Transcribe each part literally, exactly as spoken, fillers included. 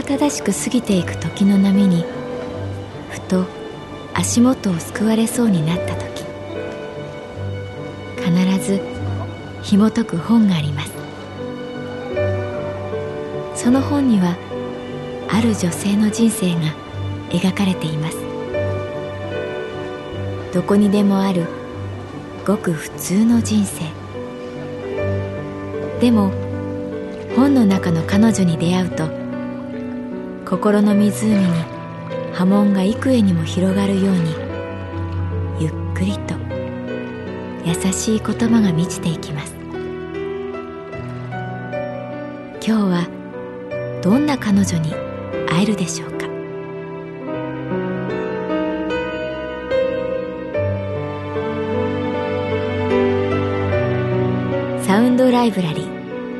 慌ただしく過ぎていく時の波にふと足元をすくわれそうになった時、必ず紐解く本があります。その本にはある女性の人生が描かれています。どこにでもあるごく普通の人生でも、本の中の彼女に出会うと心の湖に波紋が幾重にも広がるように、ゆっくりと優しい言葉が満ちていきます。今日はどんな彼女に会えるでしょうか。サウンドライブラリー、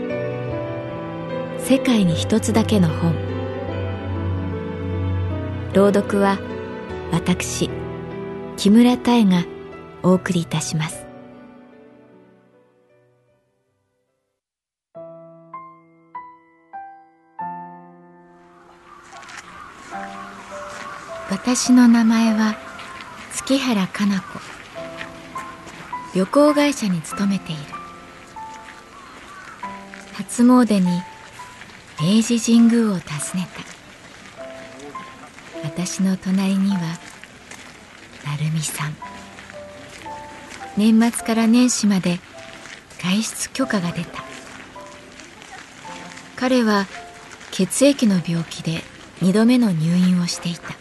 世界に一つだけの本。朗読は私木村多江がお送りいたします。私の名前は月原かな子。旅行会社に勤めている。初詣に明治神宮を訪ねた。私の隣には成美さん。年末から年始まで外出許可が出た。彼は血液の病気で二度目の入院をしていた。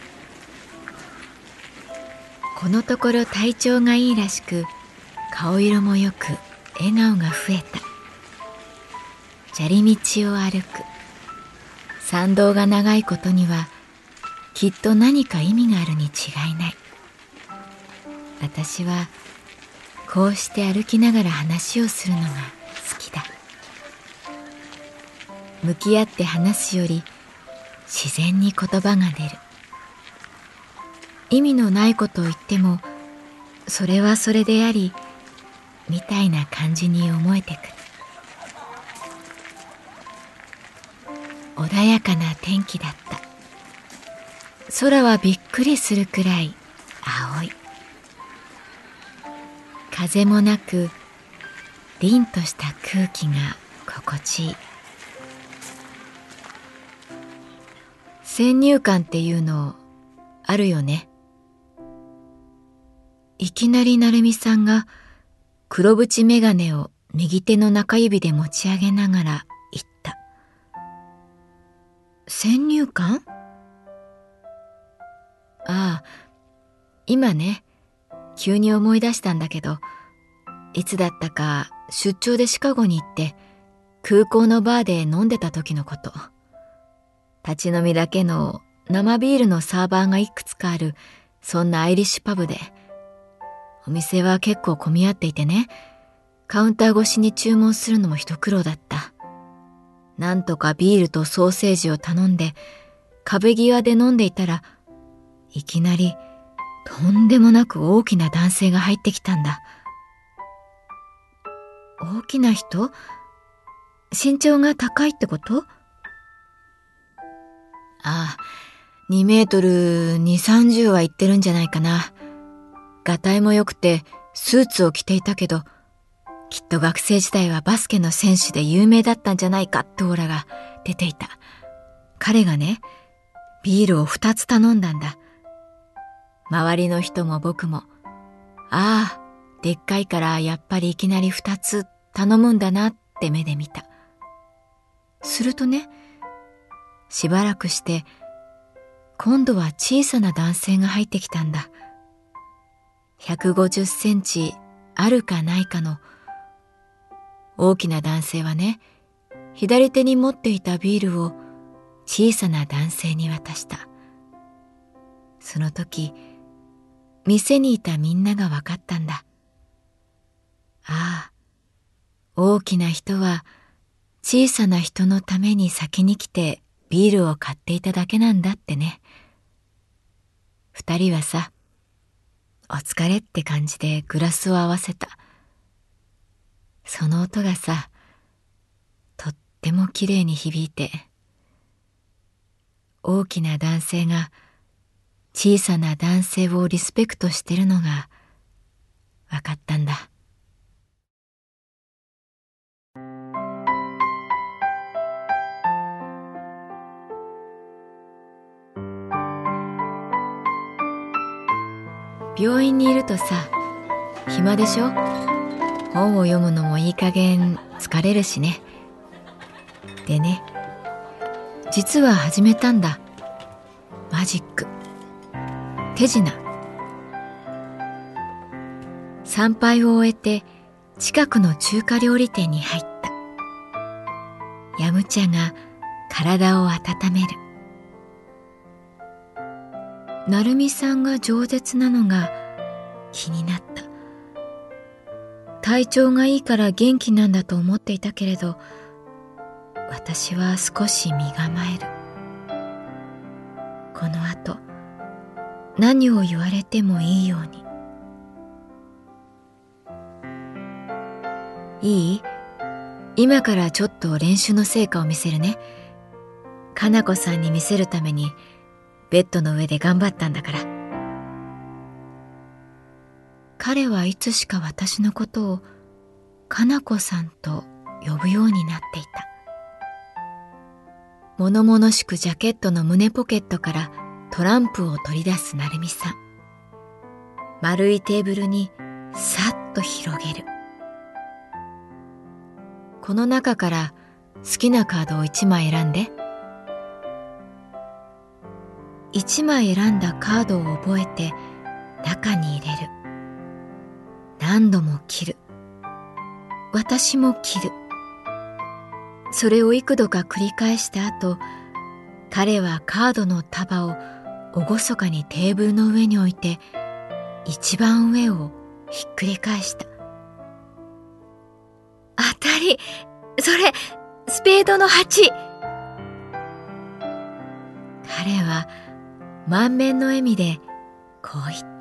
このところ体調がいいらしく、顔色もよく笑顔が増えた。砂利道を歩く。参道が長いことにはきっと何か意味があるに違いない。私はこうして歩きながら話をするのが好きだ。向き合って話すより自然に言葉が出る。意味のないことを言ってもそれはそれであり、みたいな感じに思えてくる。穏やかな天気だった。空はびっくりするくらい青い。風もなく凛とした空気が心地いい。先入観っていうのあるよね。いきなり成美さんが黒縁眼鏡を右手の中指で持ち上げながら言った。先入観？ああ、今ね、急に思い出したんだけど、いつだったか出張でシカゴに行って空港のバーで飲んでた時のこと。立ち飲みだけの生ビールのサーバーがいくつかある、そんなアイリッシュパブで、お店は結構混み合っていてね、カウンター越しに注文するのも一苦労だった。なんとかビールとソーセージを頼んで壁際で飲んでいたら、いきなりとんでもなく大きな男性が入ってきたんだ。大きな人？身長が高いってこと？ああ、にメートルに、さんじゅうは言ってるんじゃないかな。がたいも良くてスーツを着ていたけど、きっと学生時代はバスケの選手で有名だったんじゃないかってオーラが出ていた。彼がね、ビールをふたつ頼んだんだ。周りの人も僕も、ああ、でっかいからやっぱりいきなりふたつ頼むんだなって目で見た。するとね、しばらくして今度は小さな男性が入ってきたんだ。ひゃくごじゅっセンチあるかないかの。大きな男性はね、左手に持っていたビールを小さな男性に渡した。その時、店にいたみんながわかったんだ。ああ、大きな人は小さな人のために先に来てビールを買っていただけなんだってね。二人はさ、お疲れって感じでグラスを合わせた。その音がさ、とってもきれいに響いて、 大きな男性が小さな男性をリスペクトしてるのがわかったんだ。病院にいるとさ、暇でしょ？本を読むのもいい加減疲れるしね。でね、実は始めたんだ。マジック。手品。参拝を終えて近くの中華料理店に入った。ヤムチャが体を温める。成美さんが饒舌なのが気になった。体調がいいから元気なんだと思っていたけれど、私は少し身構える。この後、何を言われてもいいように。いい？今からちょっと練習の成果を見せるね。かなこさんに見せるためにベッドの上で頑張ったんだから。彼はいつしか私のことをかなこさんと呼ぶようになっていた。物々しくジャケットの胸ポケットからトランプを取り出す成美さん。丸いテーブルにさっと広げる。この中から好きなカードをいちまい選んで。いちまい選んだカードを覚えて中に入れる。何度も切る。私も切る。それを幾度か繰り返した後、彼はカードの束を厳かにテーブルの上に置いて、一番上をひっくり返した。当たり！それ、スペードのはち！彼は満面の笑みでこう言った。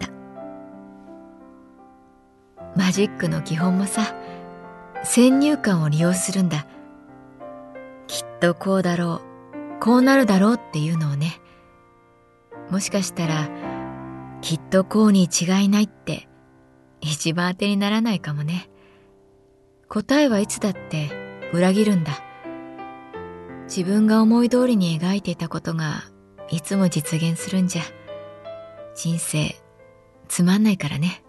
マジックの基本もさ、先入観を利用するんだ。きっとこうだろう、こうなるだろうっていうのをね。もしかしたら、きっとこうに違いないって一番当てにならないかもね。答えはいつだって裏切るんだ。自分が思い通りに描いていたことがいつも実現するんじゃ、人生つまんないからね。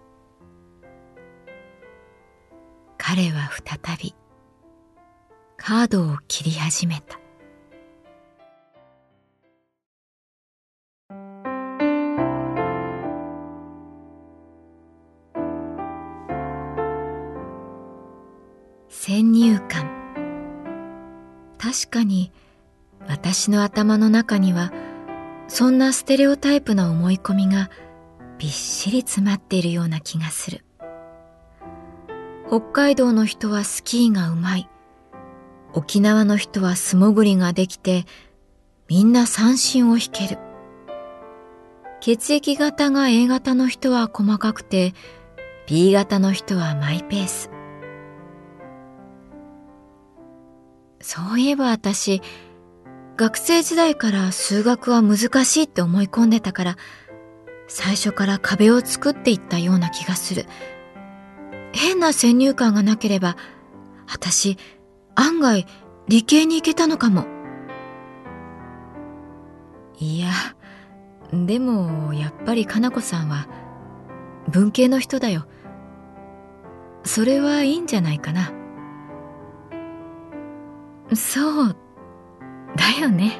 彼は再びカードを切り始めた。先入観。確かに私の頭の中にはそんなステレオタイプな思い込みがびっしり詰まっているような気がする。北海道の人はスキーがうまい。沖縄の人は素潜りができてみんな三振を引ける。血液型が エー 型の人は細かくて ビー 型の人はマイペース。そういえば私、学生時代から数学は難しいって思い込んでたから、最初から壁を作っていったような気がする。変な先入観がなければ、私、案外理系に行けたのかも。いや、でもやっぱりかなこさんは文系の人だよ。それはいいんじゃないかな。そうだよね。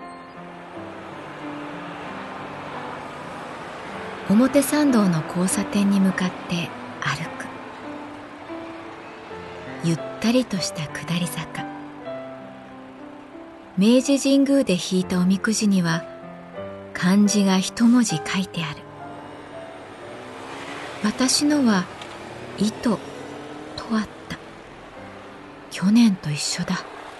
表参道の交差点に向かって歩く。ゆったりとした下り坂。明治神宮で引いたおみくじには漢字が一文字書いてある。私のは糸とあった。去年と一緒だ。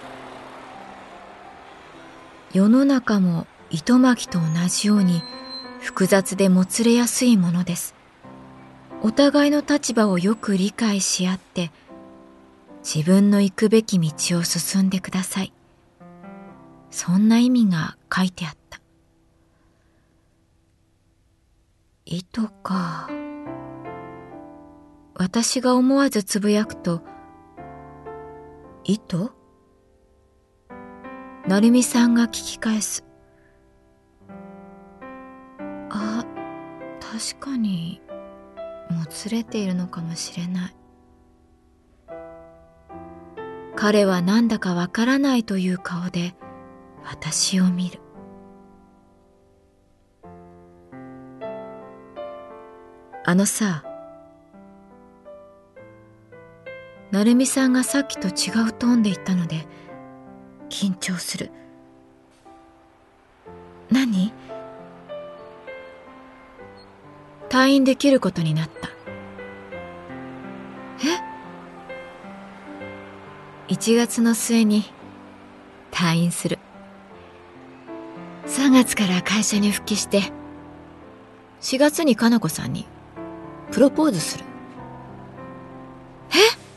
世の中も糸巻きと同じように複雑でもつれやすいものです。お互いの立場をよく理解し合って自分の行くべき道を進んでください。そんな意味が書いてあった。 糸か。私が思わずつぶやくと、糸？成美さんが聞き返す。あ、確かに、もつれているのかもしれない。彼はなんだかわからないという顔で私を見る。あのさ、成美さんがさっきと違うトーンで言ったので緊張する。何？退院できることになった。え？いちがつの末に退院する。さんがつから会社に復帰してしがつにかな子さんにプロポーズする。え？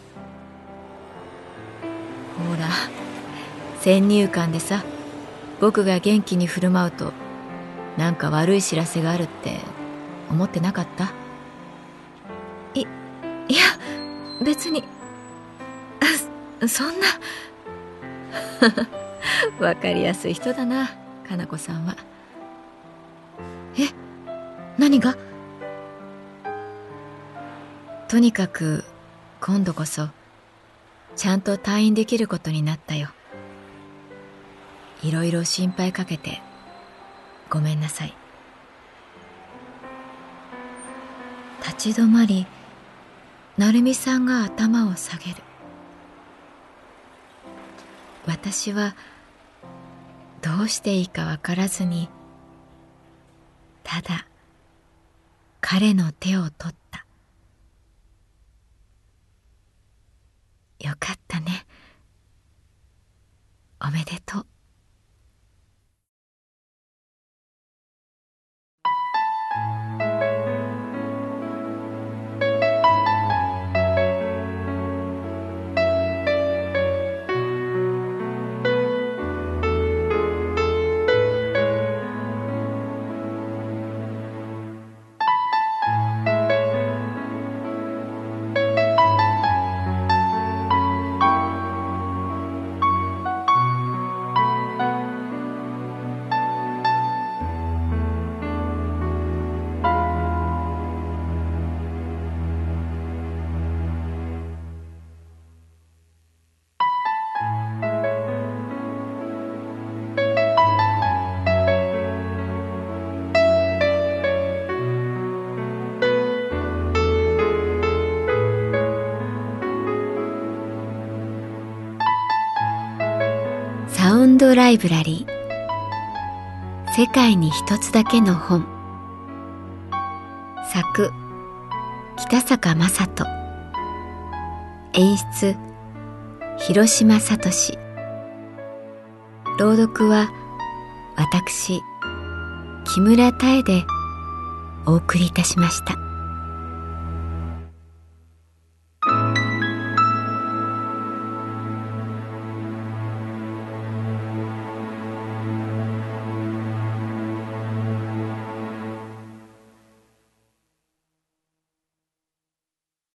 ほら、先入観でさ、僕が元気に振る舞うとなんか悪い知らせがあるって思ってなかった？い、いや、別に。あ、そんな。わかりやすい人だな、かな子さんは。え、何が？とにかく今度こそちゃんと退院できることになったよ。いろいろ心配かけてごめんなさい。立ち止まり、成美さんが頭を下げる。私はどうしていいかわからずに、ただ彼の手を取った。よかったね。おめでとう。サウンドライブラリー、世界に一つだけの本。作北坂雅人、演出広島聡、朗読は私木村多江でお送りいたしました。